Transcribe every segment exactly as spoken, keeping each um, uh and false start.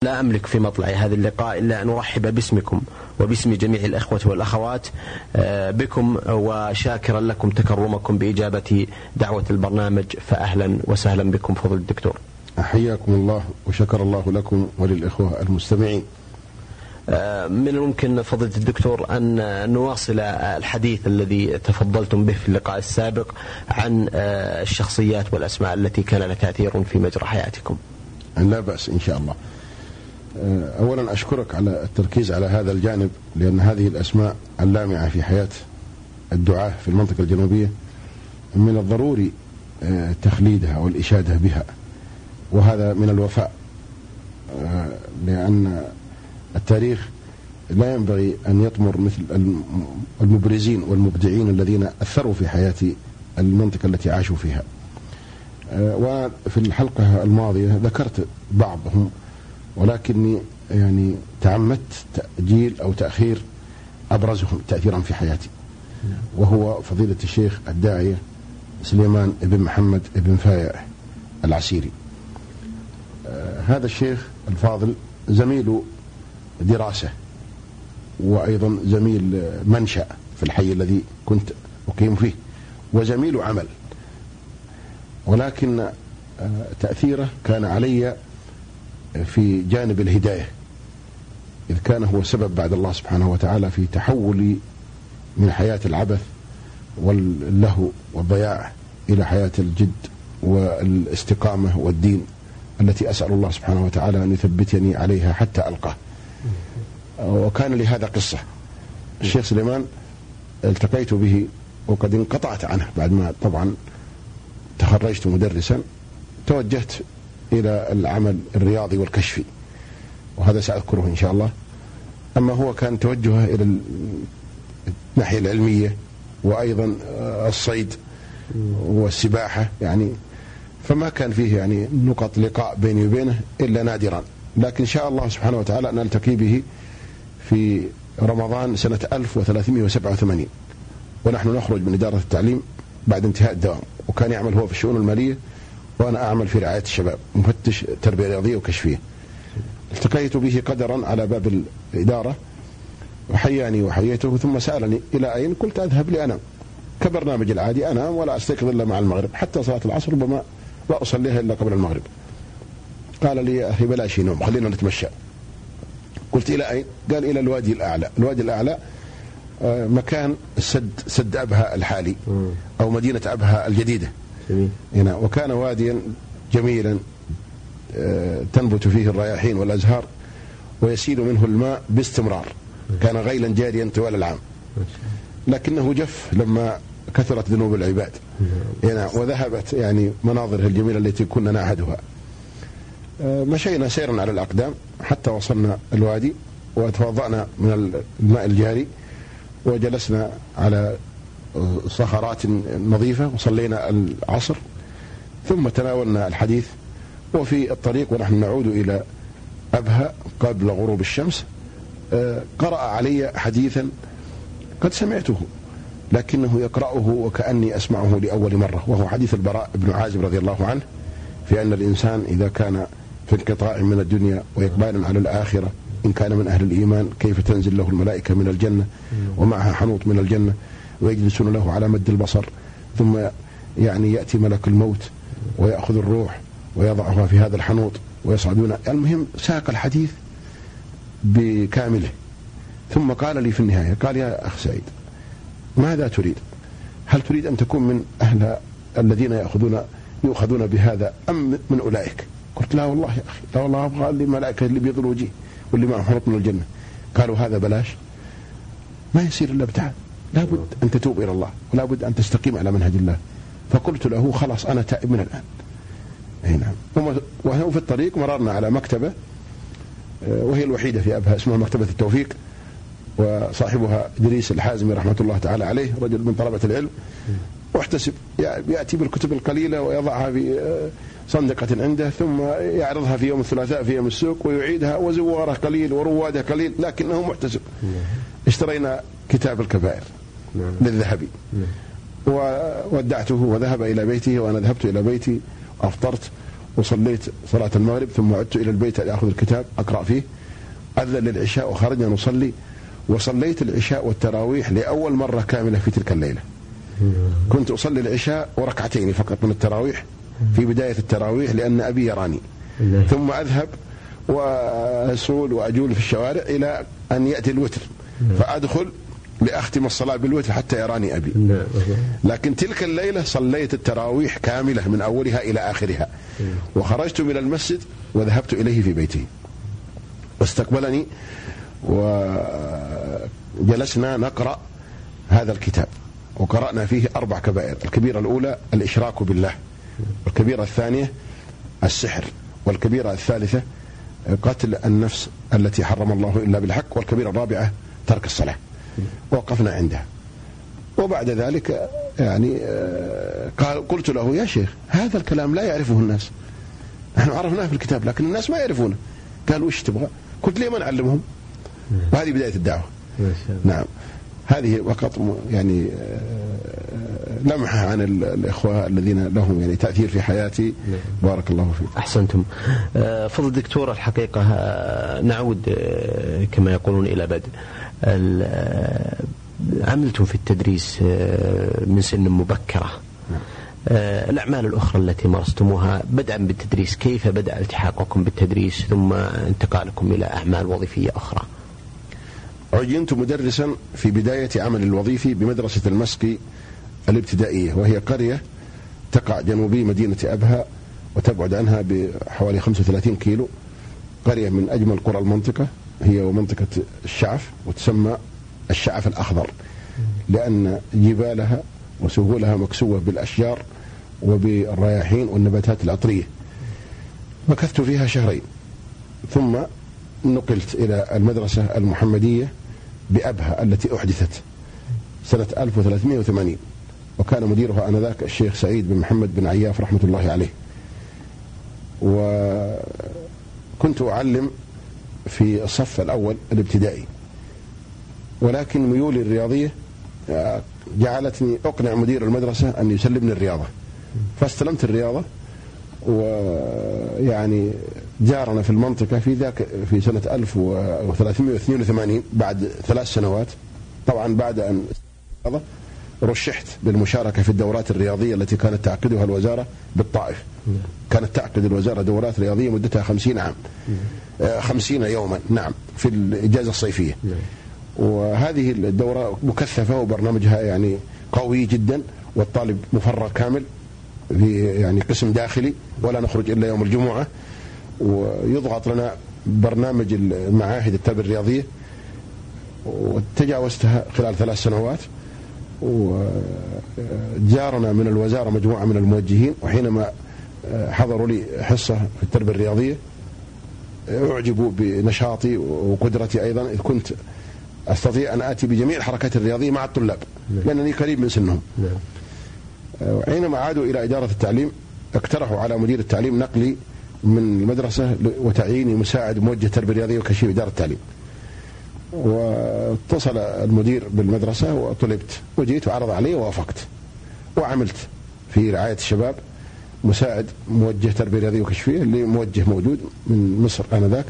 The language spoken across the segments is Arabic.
لا أملك في مطلع هذا اللقاء إلا أن أرحب باسمكم وباسم جميع الأخوة والأخوات بكم، وشاكرا لكم تكرمكم بإجابة دعوة البرنامج، فأهلا وسهلا بكم فضل الدكتور. حياكم الله وشكر الله لكم وللإخوة المستمعين. من الممكن فضيلة الدكتور أن نواصل الحديث الذي تفضلتم به في اللقاء السابق عن الشخصيات والأسماء التي كان لها تأثير في مجرى حياتكم؟ لا بأس إن شاء الله. أولا أشكرك على التركيز على هذا الجانب، لأن هذه الأسماء اللامعة في حياة الدعاة في المنطقة الجنوبية من الضروري تخليدها والإشادة بها، وهذا من الوفاء، لأن التاريخ لا ينبغي أن يطمر مثل المبرزين والمبدعين الذين أثروا في حياة المنطقة التي عاشوا فيها. وفي الحلقة الماضية ذكرت بعضهم، ولكني يعني تعمدت تأجيل أو تأخير أبرزهم تأثيرا في حياتي، وهو فضيلة الشيخ الداعية سليمان بن محمد بن فايع العسيري. هذا الشيخ الفاضل زميل دراسة، وأيضا زميل منشأ في الحي الذي كنت أقيم فيه، وزميل عمل، ولكن تأثيره كان علي في جانب الهداية، إذ كان هو سبب بعد الله سبحانه وتعالى في تحولي من حياة العبث واللهو والضياع إلى حياة الجد والاستقامة والدين التي أسأل الله سبحانه وتعالى أن يثبتني عليها حتى ألقاه. وكان لهذا قصة. الشيخ سليمان التقيت به وقد انقطعت عنه بعد ما طبعا تخرجت مدرسا، توجهت إلى العمل الرياضي والكشفي، وهذا سأذكره إن شاء الله. أما هو كان توجهه إلى الناحية العلمية، وأيضا الصيد والسباحة، يعني فما كان فيه يعني نقط لقاء بيني وبينه إلا نادرا، لكن شاء الله سبحانه وتعالى أن نلتقي به في رمضان سنة ألف وثلاثمائة وسبعة وثمانين، ونحن نخرج من إدارة التعليم بعد انتهاء الدوام، وكان يعمل هو في الشؤون المالية وأنا أعمل في رعاية الشباب، مفتش تربية رياضية وكشفية. التقيت به قدرا على باب الإدارة، وحياني وحييته، ثم سألني إلى أين؟ قلت أذهب لأنام كبرنامج العادي، أنام ولا أستيقظ إلا مع المغرب، حتى صلاة العصر ربما لا أصليها إلا قبل المغرب. قال لي يا أخي بلاش نوم، خلينا نتمشى. قلت إلى أين؟ قال إلى الوادي الأعلى. الوادي الأعلى مكان السد، سد أبها الحالي أو مدينة أبها الجديدة هنا، وكان واديا جميلا تنبت فيه الرياحين والأزهار ويسيل منه الماء باستمرار، كان غيلا جاريا طوال العام، لكنه جف لما كثرت ذنوب العباد هنا وذهبت يعني مناظره الجميلة التي كنا نعهدها. مشينا سيرا على الأقدام حتى وصلنا الوادي، وتوضأنا من الماء الجاري، وجلسنا على صخرات نظيفة وصلينا العصر، ثم تناولنا الحديث. وفي الطريق ونحن نعود إلى أبها قبل غروب الشمس قرأ علي حديثا قد سمعته، لكنه يقرأه وكأني أسمعه لأول مرة، وهو حديث البراء بن عازب رضي الله عنه في أن الإنسان إذا كان في انقطاع من الدنيا وإقبال على الآخرة، إن كان من أهل الإيمان كيف تنزل له الملائكة من الجنة ومعها حنوط من الجنة ويجلسون له على مد البصر، ثم يعني يأتي ملك الموت ويأخذ الروح ويضعها في هذا الحنوط ويصعدون. المهم ساق الحديث بكامله، ثم قال لي في النهاية، قال يا أخ سعيد ماذا تريد؟ هل تريد أن تكون من أهل الذين يأخذون يؤخذون بهذا أم من أولئك؟ قلت لا والله يا أخي، لا والله أبغى اللي ملائكة اللي بيضل وجهي واللي معهم حنوط من الجنة. قالوا هذا بلاش، ما يصير إلا ابتعاد، لابد أن تتوب إلى الله ولابد أن تستقيم على منهج الله. فقلت له خلاص أنا تائب من الآن. أي نعم. وفي الطريق مررنا على مكتبة وهي الوحيدة في أبها، اسمها مكتبة التوفيق، وصاحبها إدريس الحازمي رحمة الله تعالى عليه، رجل من طلبة العلم، واحتسب يأتي بالكتب القليلة ويضعها في صندقة عنده، ثم يعرضها في يوم الثلاثاء في يوم السوق ويعيدها، وزواره قليل ورواده قليل، لكنه محتسب. اشترينا كتاب الكبائر للذهبي وودعته وذهب إلى بيته، وأنا ذهبت إلى بيتي أفطرت وصليت صلاة المغرب، ثم عدت إلى البيت لأخذ الكتاب أقرأ فيه. أذن للعشاء وخرجنا نصلي، وصليت العشاء والتراويح لأول مرة كاملة في تلك الليلة. كنت أصلي العشاء وركعتين فقط من التراويح في بداية التراويح لأن أبي يراني، ثم أذهب وأسول وأجول في الشوارع إلى أن يأتي الوتر، فأدخل لأختم الصلاة بالوتر حتى يراني أبي. لكن تلك الليلة صليت التراويح كاملة من أولها إلى آخرها، وخرجت من المسجد وذهبت إليه في بيته، واستقبلني وجلسنا نقرأ هذا الكتاب، وقرأنا فيه أربع كبائر. الكبيرة الأولى الإشراك بالله، والكبيرة الثانية السحر، والكبيرة الثالثة قتل النفس التي حرم الله إلا بالحق، والكبيرة الرابعة ترك الصلاة. وقفنا عندها، وبعد ذلك يعني قال قلت له: يا شيخ هذا الكلام لا يعرفه الناس، نحن عرفناه في الكتاب لكن الناس ما يعرفونه. قال: وش تبغى؟ قلت: ليه ما نعلمهم؟ وهذه بداية الدعوة. نعم، هذه فقط يعني لمحة عن الإخوة الذين لهم يعني تأثير في حياتي. بارك الله فيك. أحسنتم. فضل دكتور، الحقيقة نعود كما يقولون إلى بدء. عملتم في التدريس من سن مبكرة، الأعمال الأخرى التي مارستموها بدءا بالتدريس، كيف بدأ التحاقكم بالتدريس ثم انتقالكم إلى أعمال وظيفية أخرى؟ عينت مدرسا في بداية عمل الوظيفي بمدرسة المسقي الابتدائية، وهي قرية تقع جنوبي مدينة أبها وتبعد عنها بحوالي خمسة وثلاثين كيلو. قرية من أجمل قرى المنطقة، هي ومنطقة الشعف، وتسمى الشعف الأخضر لأن جبالها وسهولها مكسوة بالأشجار وبالرياحين والنباتات العطرية. مكثت فيها شهرين، ثم نقلت إلى المدرسة المحمدية بأبها التي أحدثت سنة ألف وثلاثمائة وثمانين، وكان مديرها آنذاك الشيخ سعيد بن محمد بن عياف رحمة الله عليه. وكنت أعلم في الصف الأول الابتدائي، ولكن ميولي الرياضية جعلتني أقنع مدير المدرسة أن يسلمني الرياضة، فاستلمت الرياضة. ويعني جارنا في المنطقة في ذاك في سنة ألف وثلاثمائة واثنين وثمانين بعد ثلاث سنوات، طبعا بعد أن رشحت بالمشاركة في الدورات الرياضية التي كانت تعقدها الوزارة بالطائف. كانت تعقد الوزارة دورات رياضية مدتها خمسين عام، خمسين يوما، نعم، في الإجازة الصيفية. وهذه الدورة مكثفة وبرنامجها يعني قوي جدا، والطالب مفرغ كامل في يعني قسم داخلي، ولا نخرج إلا يوم الجمعة، ويضغط لنا برنامج المعاهد التربية الرياضية، وتجاوزتها خلال ثلاث سنوات. وجارنا من الوزارة مجموعة من الموجهين، وحينما حضروا لي حصة في التربية الرياضية أعجبوا بنشاطي وقدرتي أيضا، إذ كنت أستطيع أن آتي بجميع الحركات الرياضية مع الطلاب لأنني قريب من سنهم. وحينما عادوا إلى إدارة التعليم اقترحوا على مدير التعليم نقلي من المدرسة وتعييني مساعد موجه تربية رياضية وكشيف إدارة التعليم. واتصل المدير بالمدرسة وطلبت، وجيت وعرض علي ووافقت، وعملت في رعاية الشباب مساعد موجه تربية رياضية وكشفية اللي موجه موجود من مصر آنذاك.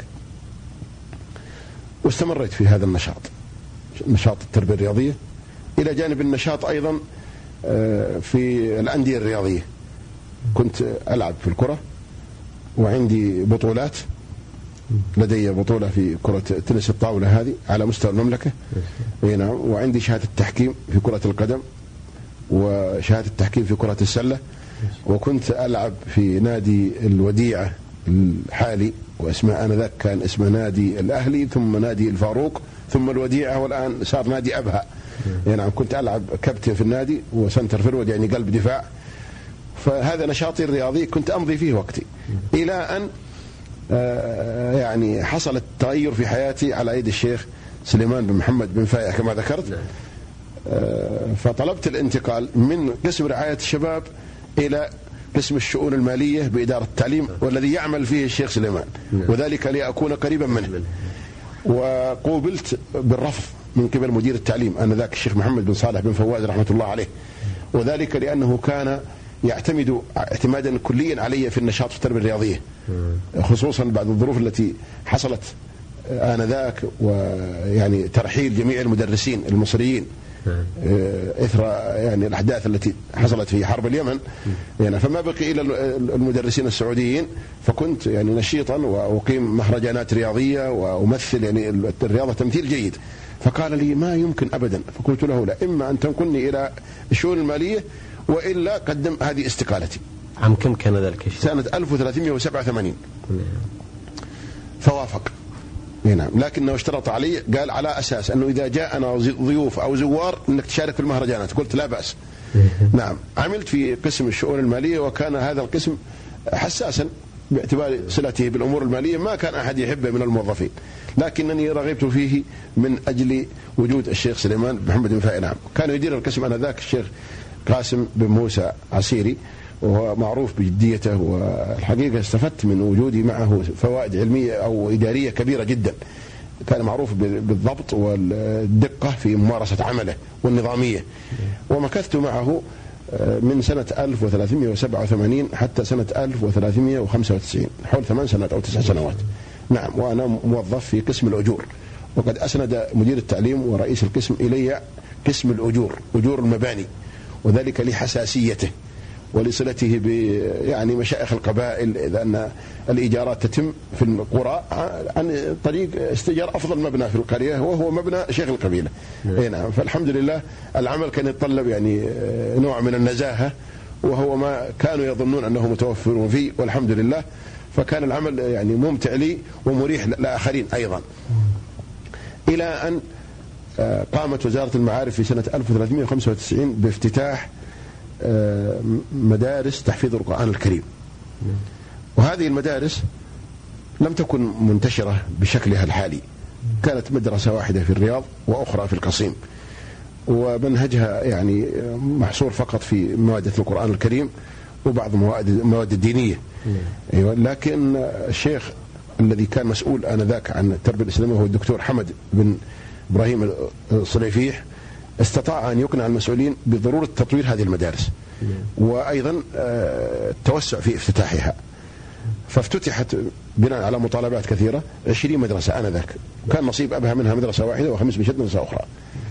واستمريت في هذا النشاط، نشاط التربية الرياضية، إلى جانب النشاط أيضا في الأندية الرياضية. كنت ألعب في الكرة، وعندي بطولات، لدي بطولة في كرة تنس الطاولة هذه على مستوى المملكة، نعم، وعندي شهادة التحكيم في كرة القدم، وشهادة التحكيم في كرة السلة. وكنت ألعب في نادي الوديعة الحالي، واسمه آنذاك كان اسمه نادي الأهلي، ثم نادي الفاروق، ثم الوديعة، والآن صار نادي أبها. يعني كنت ألعب كابتن في النادي وسنتر فيرود يعني قلب دفاع. فهذا نشاطي الرياضي كنت أمضي فيه وقتي، إلى أن يعني حصل التغير في حياتي على يد الشيخ سليمان بن محمد بن فايح كما ذكرت. فطلبت الانتقال من قسم رعاية الشباب إلى قسم الشؤون المالية بإدارة التعليم، والذي يعمل فيه الشيخ سليمان، وذلك لأكون قريبا منه. وقوبلت بالرفض من قبل مدير التعليم آنذاك الشيخ محمد بن صالح بن فواز رحمة الله عليه، وذلك لأنه كان يعتمد اعتمادا كليا علي في النشاط في التربية الرياضية، خصوصا بعد الظروف التي حصلت آنذاك، ويعني ترحيل جميع المدرسين المصريين إثر يعني الأحداث التي حصلت في حرب اليمن، يعني فما بقي إلى المدرسين السعوديين، فكنت يعني نشيطا وأقيم مهرجانات رياضية وأمثل يعني الرياضة تمثيل جيد. فقال لي ما يمكن أبدا، فقلت له لا، إما أن تنقلني إلى الشؤون المالية وإلا قدم هذه استقالتي. عام كم كان ذلك الشيء؟ سنة ألف وثلاثمائة وسبعة وثمانين. فوافق. نعم، لكنه اشترط علي، قال على أساس أنه إذا جاءنا ضيوف أو زوار أنك تشارك في المهرجانات. قلت لا بأس. نعم، عملت في قسم الشؤون المالية، وكان هذا القسم حساسا باعتبار صلته بالأمور المالية، ما كان أحد يحبه من الموظفين، لكنني رغبت فيه من أجل وجود الشيخ سليمان محمد بن فائل. نعم، كان يدير القسم أنذاك الشيخ قاسم بن موسى عسيري، وهو معروف بجديته، والحقيقة استفدت من وجودي معه فوائد علمية أو إدارية كبيرة جدا. كان معروف بالضبط والدقة في ممارسة عمله والنظامية، ومكثت معه من سنة ألف وثلاثمائة وسبعة وثمانين حتى سنة ألف وثلاثمائة وخمسة وتسعين، حول ثمان سنوات أو تسع سنوات. نعم، وأنا موظف في قسم الأجور، وقد أسند مدير التعليم ورئيس القسم إلي قسم الأجور، أجور المباني، وذلك لحساسيته ولصلته ب يعني مشايخ القبائل، لأن الإيجارات تتم في القرى عن طريق استئجار أفضل مبنى في القرية، وهو مبنى شيخ القبيلة. نعم، فالحمد لله العمل كان يتطلب يعني نوع من النزاهة، وهو ما كانوا يظنون أنه متوفر فيه، والحمد لله. فكان العمل يعني ممتع لي ومريح لآخرين أيضا، إلى أن قامت وزارة المعارف في سنة ألف وثلاثمائة وخمسة وتسعين بافتتاح مدارس تحفيظ القرآن الكريم. وهذه المدارس لم تكن منتشرة بشكلها الحالي، كانت مدرسة واحدة في الرياض وأخرى في القصيم، ومنهجها يعني محصور فقط في مواد القرآن الكريم وبعض مواد المواد الدينية. أيوة، لكن الشيخ الذي كان مسؤول آنذاك عن التربية الإسلامية هو الدكتور حمد بن إبراهيم الصليفيح، استطاع أن يقنع المسؤولين بضرورة تطوير هذه المدارس، وأيضا التوسع في افتتاحها. فافتتحت بناء على مطالبات كثيرة عشرين مدرسة آنذاك، كان نصيب أبها منها مدرسة واحدة وخمس مدرسة أخرى.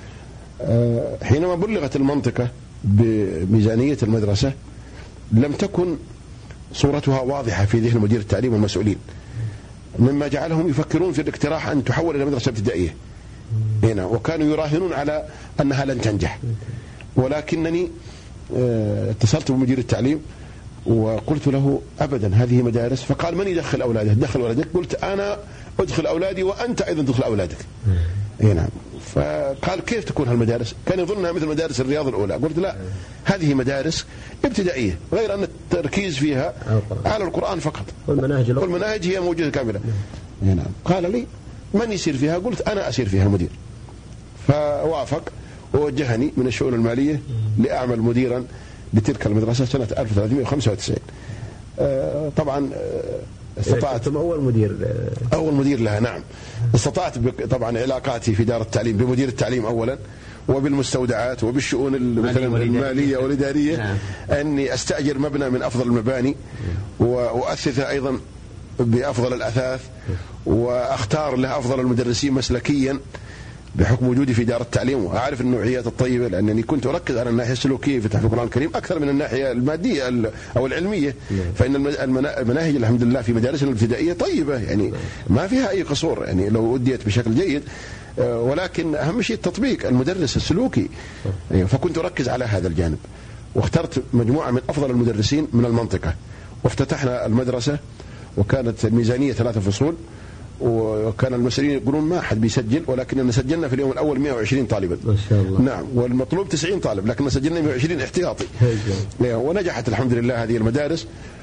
حينما بلغت المنطقة بميزانية المدرسة لم تكن صورتها واضحة في ذهن مدير التعليم والمسؤولين، مما جعلهم يفكرون في الاقتراح أن تحول إلى مدرسة ابتدائية هنا، وكانوا يراهنون على أنها لن تنجح. ولكنني اتصلت بمدير التعليم وقلت له أبدا هذه مدارس. فقال من يدخل أولاده؟ دخل أولادك. قلت أنا أدخل أولادي وأنت أيضا تدخل أولادك. نعم. فقال كيف تكون هالمدارس؟ كان يظنها مثل مدارس الرياض الأولى. قلت لا، هذه مدارس ابتدائية، غير أن التركيز فيها على القرآن فقط، والمناهج والمناهج هي موجودة كاملة. نعم. قال لي من يسير فيها؟ قلت أنا أسير فيها مدير. فوافق ووجهني من الشؤون المالية لأعمل مديرا لتلك المدرسة سنة ألف وثلاثمائة وخمسة وتسعين. آه طبعا استطعت أول مدير أول مدير لها. نعم، استطعت طبعا علاقاتي في دار التعليم بمدير التعليم أولا، وبالمستودعات وبالشؤون المالية والإدارية، نعم. أني أستأجر مبنى من أفضل المباني وأؤثثه أيضا بأفضل الأثاث، وأختار له أفضل المدرسين مسلكيا بحكم وجودي في دار التعليم وأعرف النوعيات الطيبة، لأنني كنت أركز على الناحية السلوكية في تحفيظ القرآن الكريم أكثر من الناحية المادية أو العلمية. فإن المناهج الحمد لله في مدارسنا الابتدائية طيبة، يعني ما فيها أي قصور يعني لو أديت بشكل جيد، ولكن أهم شيء التطبيق المدرس السلوكي. فكنت أركز على هذا الجانب، واخترت مجموعة من أفضل المدرسين من المنطقة، وافتتحنا المدرسة، وكانت الميزانية ثلاثة فصول، وكان المسؤولين يقولون ما أحد بيسجل، ولكننا سجلنا في اليوم الأول مئة وعشرين طالبا ما شاء الله. نعم، والمطلوب تسعين طالب، لكن سجلنا مئة وعشرين احتياطي. ونجحت الحمد لله هذه المدارس.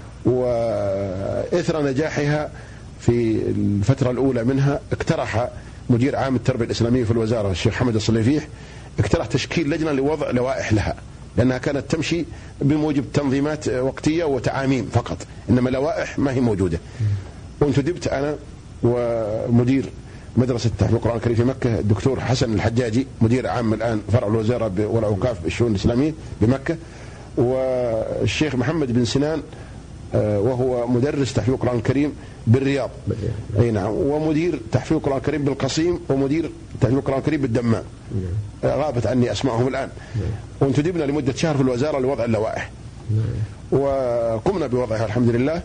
وإثر نجاحها في الفترة الأولى منها اقترح مدير عام التربية الإسلامية في الوزارة الشيخ حمد الصليفيح، اقترح تشكيل لجنة لوضع لوائح لها، لأنها كانت تمشي بموجب تنظيمات وقتية وتعاميم فقط، إنما لوائح ما هي موجودة. وانتدبت أنا ومدير مدرسة تحفيظ القرآن الكريم في مكة الدكتور حسن الحجاجي، مدير عام الآن فرع الوزارة والأوقاف بالشؤون الإسلامية بمكة، والشيخ محمد بن سنان وهو مدرس تحفيظ القرآن الكريم بالرياض، أي نعم، ومدير تحفيظ القرآن الكريم بالقصيم، ومدير تحفيظ القرآن الكريم بالدمام. غابت عني أسمائهم الآن. وانتدبنا لمدة شهر في الوزارة لوضع اللوائح، وقمنا بوضعها الحمد لله،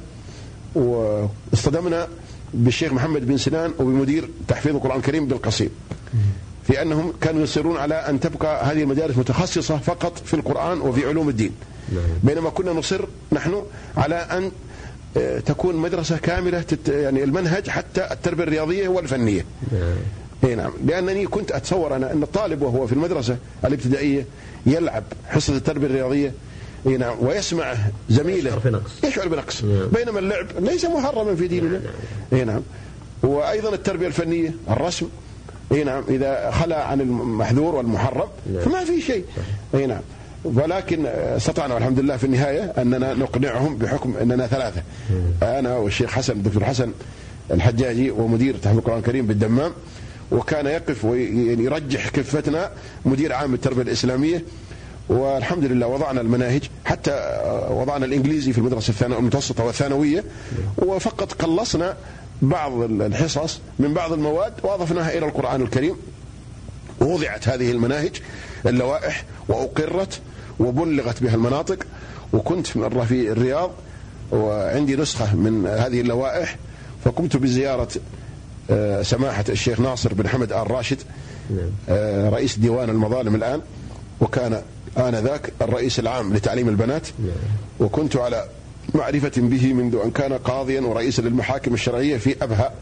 واصطدمنا بالشيخ محمد بن سنان وبمدير تحفيظ القرآن الكريم بالقصيم في أنهم كانوا يصرون على أن تبقى هذه المدارس متخصصة فقط في القرآن وفي علوم الدين، بينما كنا نصر نحن على أن تكون مدرسة كاملة يعني المنهج حتى التربية الرياضية والفنية. اي نعم، لأنني كنت أتصور أنا أن الطالب وهو في المدرسة الابتدائية يلعب حصة التربية الرياضية، اي نعم، ويسمع زميله يشعر بنقص، بينما اللعب ليس محرما في ديننا. اي نعم، وأيضا التربية الفنية الرسم، اي نعم، إذا خلا عن المحذور والمحرم فما في شيء. اي نعم، ولكن استطعنا الحمد لله في النهاية أننا نقنعهم بحكم أننا ثلاثة، أنا والشيخ حسن الدكتور حسن الحجاجي ومدير تحفيظ القرآن الكريم بالدمام، وكان يقف ويرجح كفتنا مدير عام التربية الإسلامية. والحمد لله وضعنا المناهج، حتى وضعنا الإنجليزي في المدرسة المتوسطة والثانوية، وفقط قلصنا بعض الحصص من بعض المواد وأضفناها إلى القرآن الكريم، ووضعت هذه المناهج اللوائح وأقرت وبلغت بها المناطق. وكنت مرة في الرياض وعندي نسخة من هذه اللوائح، فقمت بزيارة سماحة الشيخ ناصر بن حمد آل راشد رئيس ديوان المظالم الآن، وكان آنذاك الرئيس العام لتعليم البنات، وكنت على معرفة به منذ أن كان قاضيا ورئيسا للمحاكم الشرعية في أبها،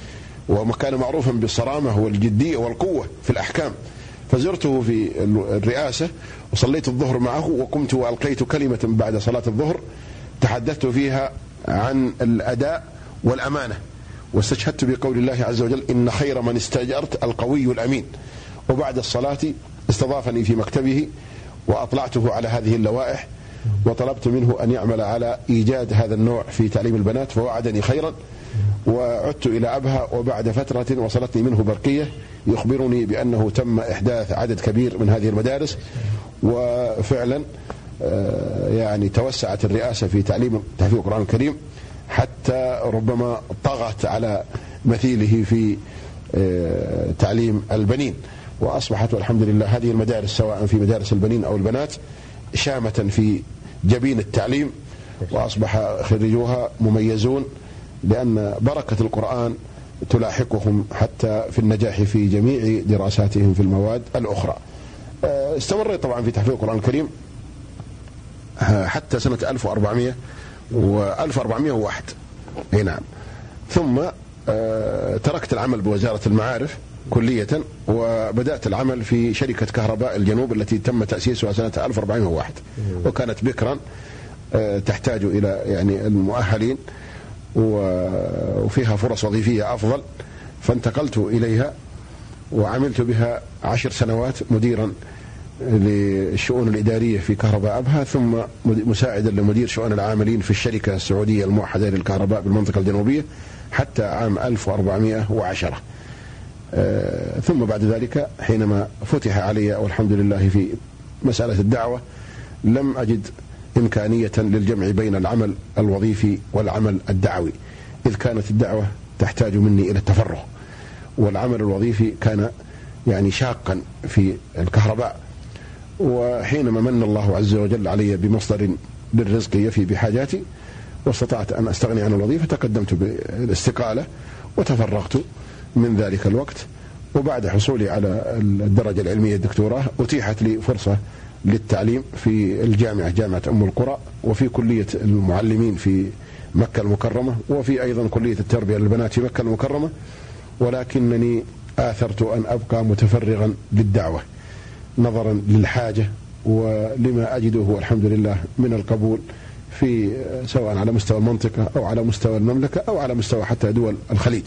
وكان معروفا بالصرامة والجدية والقوة في الأحكام. فزرته في الرئاسة وصليت الظهر معه، وقمت وألقيت كلمة بعد صلاة الظهر تحدثت فيها عن الأداء والأمانة، واستشهدت بقول الله عز وجل: إن خير من استأجرت القوي الأمين. وبعد الصلاة استضافني في مكتبه وأطلعته على هذه اللوائح، وطلبت منه أن يعمل على إيجاد هذا النوع في تعليم البنات، فوعدني خيرا. وعدت إلى أبها، وبعد فترة وصلتني منه برقية يخبرني بأنه تم إحداث عدد كبير من هذه المدارس، وفعلا يعني توسعت الرئاسة في تعليم تحفيظ القرآن الكريم حتى ربما طغت على مثيله في تعليم البنين، وأصبحت والحمد لله هذه المدارس سواء في مدارس البنين أو البنات شامة في جبين التعليم، وأصبح خريجوها مميزون، لأن بركة القرآن تلاحقهم حتى في النجاح في جميع دراساتهم في المواد الأخرى. استمريت طبعا في تحفيظ القرآن الكريم حتى سنة ألف وأربعمائة وألف وأربعمائة وواحد. أي نعم، ثم تركت العمل بوزارة المعارف كلية، وبدأت العمل في شركة كهرباء الجنوب التي تم تأسيسها سنة ألف وأربعمائة وواحد، وكانت بكرا تحتاج إلى يعني المؤهلين وفيها فرص وظيفية أفضل، فانتقلت إليها وعملت بها عشر سنوات مديرا للشؤون الإدارية في كهرباء أبها، ثم مساعدا لمدير شؤون العاملين في الشركة السعودية الموحدة للكهرباء بالمنطقة الجنوبية حتى عام ألف وأربعمائة وعشرة. آه ثم بعد ذلك حينما فتح علي والحمد لله في مسألة الدعوة لم أجد إمكانية للجمع بين العمل الوظيفي والعمل الدعوي، إذ كانت الدعوة تحتاج مني إلى التفرغ، والعمل الوظيفي كان يعني شاقا في الكهرباء. وحينما من الله عز وجل علي بمصدر للرزق يفي بحاجاتي واستطعت أن أستغني عن الوظيفة، تقدمت بالاستقالة وتفرغت من ذلك الوقت. وبعد حصولي على الدرجة العلمية الدكتوراه أتيحت لي فرصة للتعليم في الجامعة جامعة أم القرى، وفي كلية المعلمين في مكة المكرمة، وفي أيضا كلية التربية للبنات في مكة المكرمة، ولكنني آثرت أن أبقى متفرغا للدعوة نظرا للحاجة ولما أجده والحمد لله من القبول في سواء على مستوى المنطقة أو على مستوى المملكة أو على مستوى حتى دول الخليج.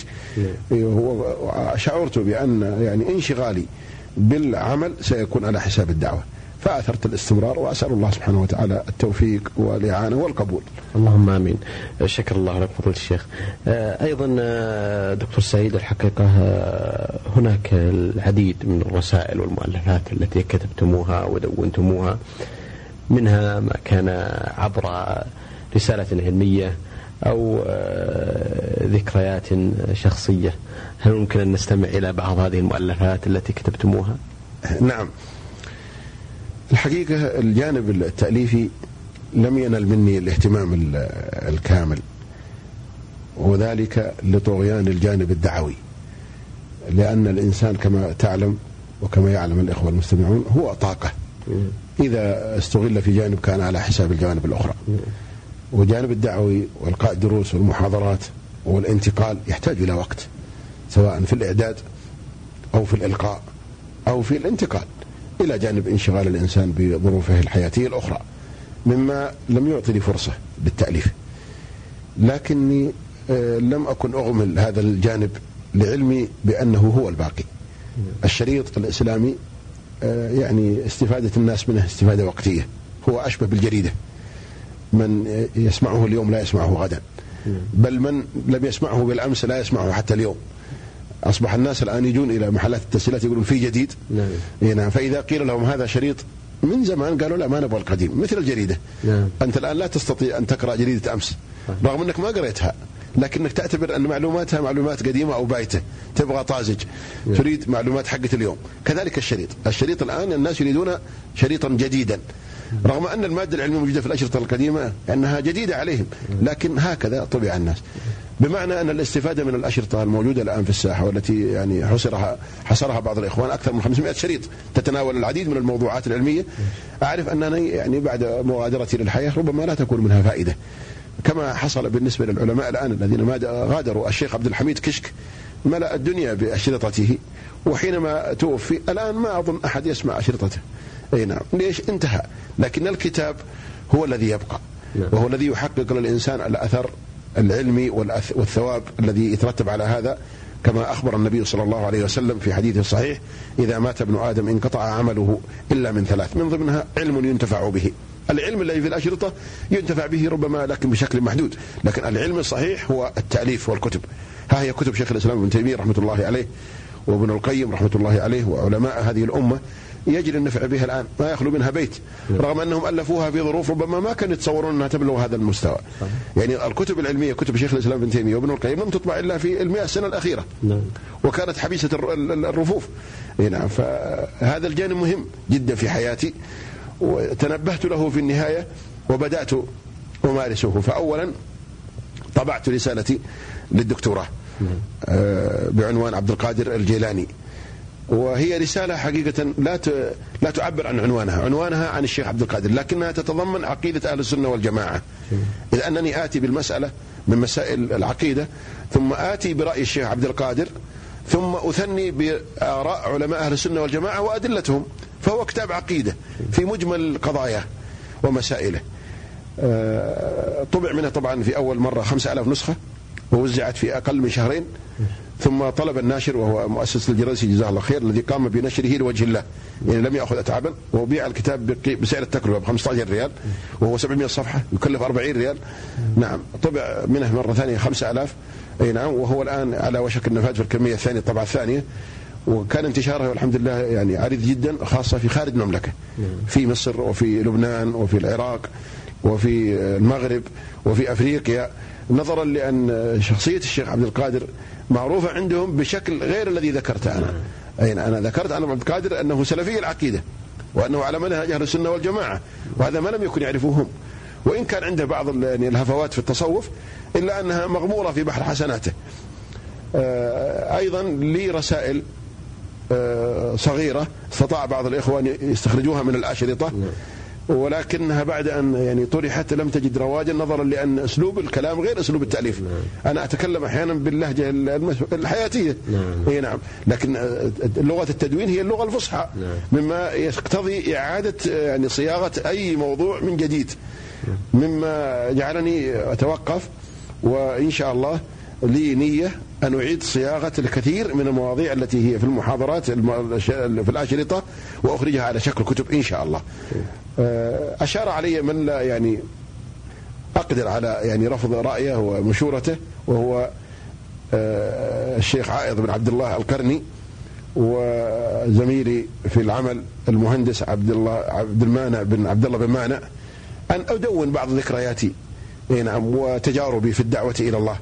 شعرت بأن يعني انشغالي بالعمل سيكون على حساب الدعوة، فأثرت الاستمرار، وأسأل الله سبحانه وتعالى التوفيق والإعانة والقبول. اللهم آمين. شكر الله لك فضيلة الشيخ. أيضا دكتور سعيد، الحقيقة هناك العديد من الرسائل والمؤلفات التي كتبتموها ودونتموها منها ما كان عبر رسالة علمية أو ذكريات شخصية. هل ممكن أن نستمع إلى بعض هذه المؤلفات التي كتبتموها؟ نعم، الحقيقة الجانب التأليفي لم ينل مني الاهتمام الكامل، وذلك لطغيان الجانب الدعوي، لأن الإنسان كما تعلم وكما يعلم الإخوة المستمعون هو طاقة، إذا استغل في جانب كان على حساب الجوانب الأخرى. وجانب الدعوي والقاء الدروس والمحاضرات والانتقال يحتاج إلى وقت، سواء في الإعداد أو في الإلقاء أو في الانتقال، إلى جانب انشغال الإنسان بظروفه الحياتية الأخرى، مما لم يعطي لي فرصة للتأليف. لكني لم أكن أغمل هذا الجانب لعلمي بأنه هو الباقي. الشريط الإسلامي يعني استفادة الناس منه استفادة وقتية، هو أشبه بالجريدة، من يسمعه اليوم لا يسمعه غدا، بل من لم يسمعه بالأمس لا يسمعه حتى اليوم. أصبح الناس الآن يجون إلى محلات التسجيلات يقولون في جديد. نعم. فإذا قيل لهم هذا شريط من زمان قالوا لا، ما نبغى القديم، مثل الجريدة. نعم. أنت الآن لا تستطيع أن تقرأ جريدة أمس رغم أنك ما قرأتها، لكنك تعتبر أن معلوماتها معلومات قديمة أو بايتة، تبغى طازج، تريد معلومات حقة اليوم. كذلك الشريط الشريط الآن الناس يريدون شريطا جديدا، رغم أن المادة العلمية موجودة في الأشرطة القديمة أنها جديدة عليهم، لكن هكذا طبع الناس. بمعنى أن الاستفادة من الأشرطة الموجودة الآن في الساحة، والتي يعني حصرها حصرها بعض الإخوان أكثر من خمسمائة شريط تتناول العديد من الموضوعات العلمية، أعرف أنني يعني بعد مغادرتي للحياة ربما لا تكون منها فائدة، كما حصل بالنسبة للعلماء الآن الذين ما غادروا. الشيخ عبد الحميد كشك ملأ الدنيا بأشرطته، وحينما توفي الآن ما أظن أحد يسمع أشرطته. أي نعم، ليش؟ انتهى. لكن الكتاب هو الذي يبقى، وهو الذي يحقق للإنسان الأثر العلمي والثواب الذي يترتب على هذا، كما أخبر النبي صلى الله عليه وسلم في حديثه الصحيح: إذا مات ابن آدم انقطع عمله إلا من ثلاث، من ضمنها علم ينتفع به. العلم الذي في الأشرطة ينتفع به ربما لكن بشكل محدود، لكن العلم الصحيح هو التأليف والكتب. ها هي كتب شيخ الإسلام ابن تيمية رحمة الله عليه وابن القيم رحمة الله عليه وعلماء هذه الأمة يجري النفع بها الآن، ما يخلو منها بيت، رغم أنهم ألفوها في ظروف ربما ما كانوا يتصورون أنها تبلغ هذا المستوى. يعني الكتب العلمية كتب شيخ الإسلام ابن تيمية وابن القيم لم تطبع إلا في المئة سنة الأخيرة، وكانت حبيسة الرفوف. نعم، فهذا الجانب مهم جدا في حياتي، وتنبهت له في النهاية وبدأت أمارسه. فأولا طبعت رسالتي للدكتوراه بعنوان عبد القادر الجيلاني، وهي رسالة حقيقة لا لا تعبر عن عنوانها، عنوانها عن الشيخ عبد القادر، لكنها تتضمن عقيدة أهل السنة والجماعة، إذ أنني آتي بالمسألة من مسائل العقيدة، ثم آتي برأي الشيخ عبد القادر، ثم أثني بآراء علماء أهل السنة والجماعة وأدلتهم. فهو كتاب عقيدة في مجمل قضاياه ومسائله. طبع منها طبعا في أول مرة خمسة آلاف نسخة، ووزعت في أقل من شهرين، ثم طلب الناشر وهو مؤسس الجراسي جزاه الله خير الذي قام بنشره لوجه الله، يعني لم يأخذ أتعابا، وبيع الكتاب بسعر التكلفة ب خمسة عشر ريال، وهو سبعمائة صفحة يكلف أربعين ريال. نعم، طبع منه مرة ثانية خمسة آلاف. أي نعم، وهو الآن على وشك النفاذ في الكمية الثانية، الطبعة الثانية، وكان انتشاره والحمد لله يعني عريض جدا، خاصة في خارج المملكة، في مصر وفي لبنان وفي العراق وفي المغرب وفي أفريقيا، نظرا لأن شخصية الشيخ عبد القادر معروفة عندهم بشكل غير الذي ذكرته أنا. أي أنا ذكرت عن عبد القادر أنه سلفي العقيدة، وأنه على منهج أهل السنة والجماعة، وهذا ما لم يكن يعرفوهم، وإن كان عنده بعض الهفوات في التصوف إلا أنها مغمورة في بحر حسناته. أيضا لي رسائل صغيرة استطاع بعض الإخوان يستخرجوها من الأشرطة، ولكنها بعد أن يعني طرحت لم تجد رواجا، نظرا لأن أسلوب الكلام غير أسلوب التأليف. أنا أتكلم أحيانا باللهجة الحياتية. أي نعم، لكن لغة التدوين هي اللغة الفصحى، مما يقتضي إعادة يعني صياغة أي موضوع من جديد، مما جعلني أتوقف، وإن شاء الله لي نية أن أعيد صياغة الكثير من المواضيع التي هي في المحاضرات في الأشرطة وأخرجها على شكل كتب إن شاء الله. أشار علي من لا يعني أقدر على يعني رفض رأيه ومشورته، وهو الشيخ عائض بن عبد الله القرني، وزميلي في العمل المهندس عبد الله عبد المانع بن عبد الله بن مانع أن أدون بعض ذكرياتي نعم وتجاربي في الدعوة إلى الله،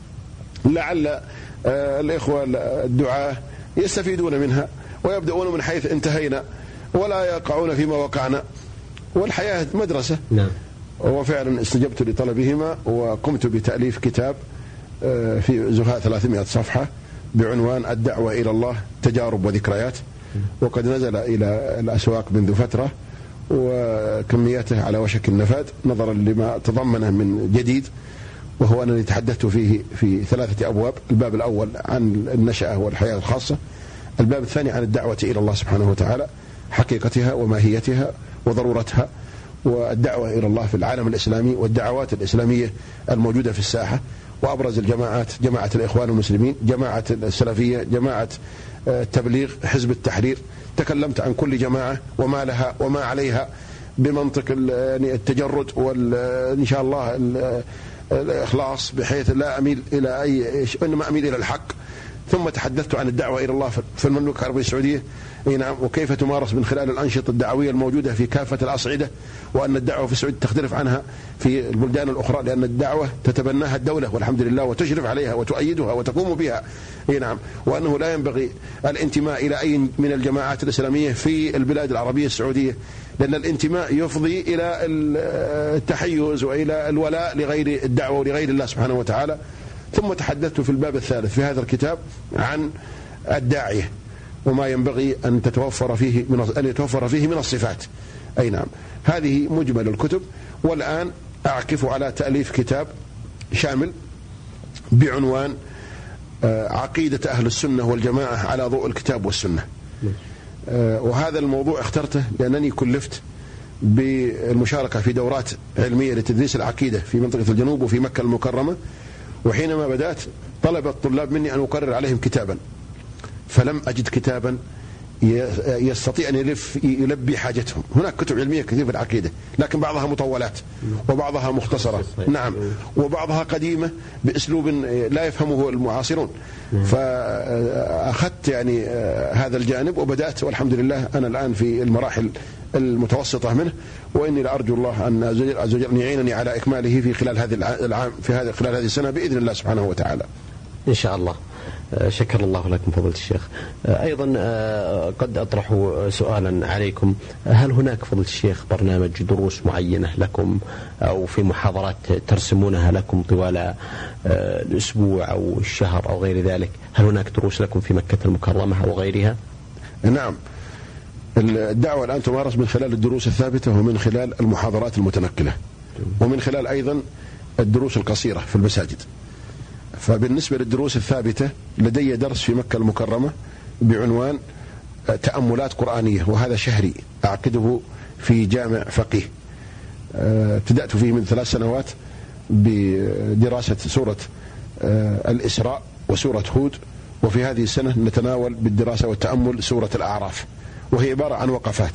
لعل الإخوة الدعاة يستفيدون منها ويبدأون من حيث انتهينا ولا يقعون فيما وقعنا، والحياة مدرسة. نعم. وفعلا استجبت لطلبهما وقمت بتأليف كتاب في زهاء ثلاثمائة صفحة بعنوان الدعوة إلى الله تجارب وذكريات، وقد نزل إلى الأسواق منذ فترة وكمياته على وشك النفاذ نظرا لما تضمنه من جديد، وهو أنني تحدثت فيه في ثلاثة أبواب. الباب الأول عن النشأة والحياة الخاصة، الباب الثاني عن الدعوة إلى الله سبحانه وتعالى حقيقتها وماهيتها وضرورتها، والدعوة إلى الله في العالم الإسلامي والدعوات الإسلامية الموجودة في الساحة، وأبرز الجماعات جماعة الإخوان المسلمين، جماعة السلفية، جماعة التبليغ، حزب التحرير. تكلمت عن كل جماعة وما لها وما عليها بمنطق التجرد وإن شاء الله الإخلاص، بحيث لا أميل إلى أي إنما أميل إلى الحق. ثم تحدثت عن الدعوة إلى الله في المملكة العربية السعودية، نعم، وكيف تمارس من خلال الأنشطة الدعوية الموجودة في كافة الأصعدة، وأن الدعوة في السعودية تختلف عنها في البلدان الأخرى، لأن الدعوة تتبناها الدولة والحمد لله وتشرف عليها وتؤيدها وتقوم بها، نعم، وأنه لا ينبغي الانتماء إلى أي من الجماعات الإسلامية في البلاد العربية السعودية، لأن الانتماء يفضي إلى التحيز وإلى الولاء لغير الدعوة ولغير الله سبحانه وتعالى. ثم تحدثت في الباب الثالث في هذا الكتاب عن الداعية وما ينبغي أن تتوفر فيه من أن يتوفر فيه من الصفات. أي نعم، هذه مجمل الكتب. والآن أعكف على تأليف كتاب شامل بعنوان عقيدة أهل السنة والجماعة على ضوء الكتاب والسنة. وهذا الموضوع اخترته لأنني كلفت بالمشاركة في دورات علمية لتدريس العقيدة في منطقة الجنوب وفي مكة المكرمة، وحينما بدأت طلب الطلاب مني أن أقرر عليهم كتابا، فلم أجد كتابا يستطيع أن يلف يلبي حاجتهم. هناك كتب علمية كثير في العقيدة، لكن بعضها مطولات وبعضها مختصرة، نعم، وبعضها قديمة بأسلوب لا يفهمه المعاصرون. فأخذت يعني هذا الجانب وبدأت، والحمد لله أنا الآن في المراحل المتوسطة منه، وإني لأرجو الله أن عز وجل يعينني على إكماله في خلال هذه العام في هذا خلال هذه السنة بإذن الله سبحانه وتعالى إن شاء الله. شكر الله لكم فضيلة الشيخ. أيضا قد أطرح سؤالا عليكم، هل هناك فضيلة الشيخ برنامج دروس معينة لكم أو في محاضرات ترسمونها لكم طوال الأسبوع أو الشهر أو غير ذلك؟ هل هناك دروس لكم في مكة المكرمة أو غيرها؟ نعم، الدعوة الآن تمارس من خلال الدروس الثابتة ومن خلال المحاضرات المتنقلة ومن خلال أيضا الدروس القصيرة في المساجد. فبالنسبة للدروس الثابتة لدي درس في مكة المكرمة بعنوان تأملات قرآنية، وهذا شهري أعقده في جامع فقيه. ابتدأت فيه من ثلاث سنوات بدراسة سورة الإسراء وسورة هود، وفي هذه السنة نتناول بالدراسة والتأمل سورة الأعراف، وهي عبارة عن وقفات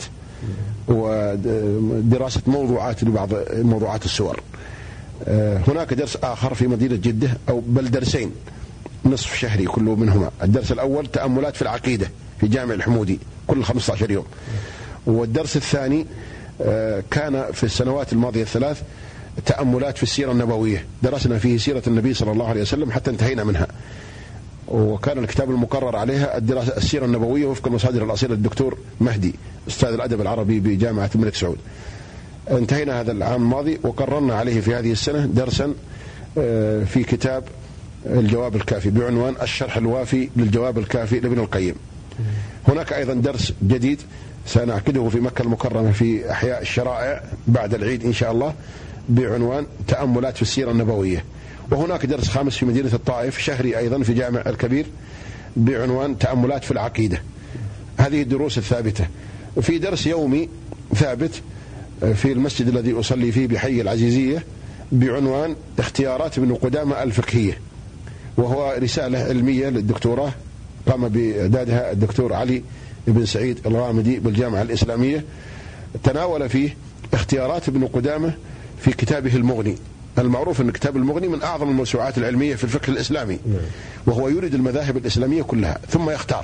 ودراسة موضوعات لبعض موضوعات السور. هناك درس آخر في مدينة جدة، أو بل درسين نصف شهري كل منهما. الدرس الأول تأملات في العقيدة في جامع الحمودي كل خمسة عشر يوم، والدرس الثاني كان في السنوات الماضية الثلاث تأملات في السيرة النبوية، درسنا فيه سيرة النبي صلى الله عليه وسلم حتى انتهينا منها، وكان الكتاب المقرر عليها الدراسة السيرة النبوية وفق المصادر الأصيلة الدكتور مهدي أستاذ الأدب العربي بجامعة الملك سعود. انتهينا هذا العام الماضي وقررنا عليه في هذه السنة درسا في كتاب الجواب الكافي بعنوان الشرح الوافي للجواب الكافي لابن القيم. هناك أيضا درس جديد سنعقده في مكة المكرمة في أحياء الشرائع بعد العيد إن شاء الله بعنوان تأملات في السيرة النبوية. وهناك درس خامس في مدينة الطائف شهري أيضا في جامع الكبير بعنوان تأملات في العقيدة. هذه الدروس الثابتة. وفي درس يومي ثابت في المسجد الذي أصلي فيه بحي العزيزية بعنوان اختيارات ابن قدامة الفقهية، وهو رسالة علمية للدكتوراه قام بإعدادها الدكتور علي بن سعيد الغامدي بالجامعة الإسلامية. تناول فيه اختيارات ابن قدامة في كتابه المغني. المعروف أن كتاب المغني من أعظم الموسوعات العلمية في الفقه الإسلامي، وهو يريد المذاهب الإسلامية كلها ثم يختار.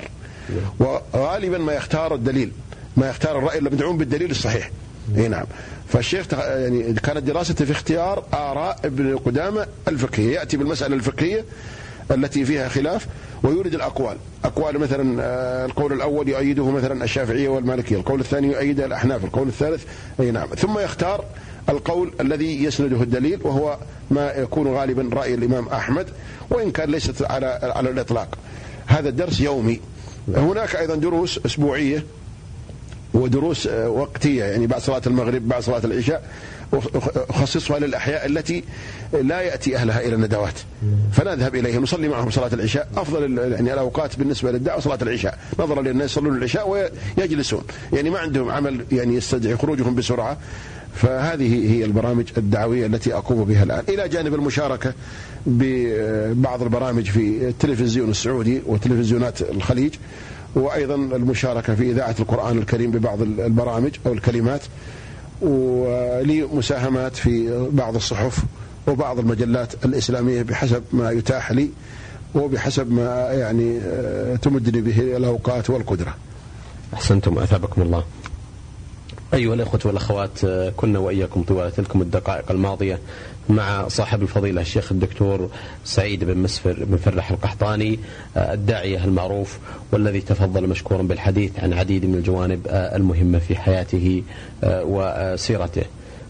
وغالبا ما يختار الدليل، ما يختار الرأي اللي مدعوم بالدليل الصحيح. اي نعم. فالشيخ يعني كانت دراسته في اختيار آراء ابن قدامة الفقهية، يأتي بالمسألة الفقهية التي فيها خلاف ويورد الأقوال، أقوال مثلا القول الأول يؤيده مثلا الشافعية والمالكية، القول الثاني يؤيده الأحناف، القول الثالث أي نعم، ثم يختار القول الذي يسنده الدليل، وهو ما يكون غالبا رأي الإمام أحمد، وإن كان ليست على على الإطلاق. هذا الدرس يومي. هناك أيضا دروس أسبوعية ودروس وقتية، يعني بعد صلاة المغرب بعد صلاة العشاء أخصصها للأحياء التي لا يأتي أهلها إلى الندوات، فنذهب إليهم نصلي معهم صلاة العشاء. أفضل يعني الأوقات بالنسبة للدعوة صلاة العشاء، نظرا للناس يصلون العشاء ويجلسون، يعني ما عندهم عمل يعني يستدعي خروجهم بسرعة. فهذه هي البرامج الدعوية التي أقوم بها الآن، إلى جانب المشاركة ببعض البرامج في التلفزيون السعودي وتلفزيونات الخليج، وأيضا المشاركة في إذاعة القرآن الكريم ببعض البرامج أو الكلمات، ولي مساهمات في بعض الصحف وبعض المجلات الإسلامية بحسب ما يتاح لي وبحسب ما يعني تمدني به الأوقات والقدرة. أحسنتم، أثابكم الله. أيها الأخوة والأخوات، كنا وإياكم طوال تلكم الدقائق الماضية مع صاحب الفضيلة الشيخ الدكتور سعيد بن مسفر بن فرح القحطاني، الداعية المعروف، والذي تفضل مشكورا بالحديث عن عديد من الجوانب المهمة في حياته وسيرته.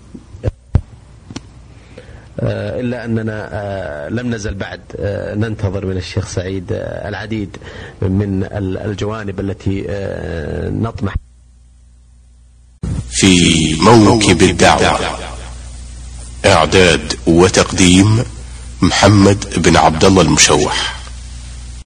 إلا أننا لم نزل بعد ننتظر من الشيخ سعيد العديد من الجوانب التي نطمح في موكب الدعوة. إعداد وتقديم محمد بن عبد الله المشوح.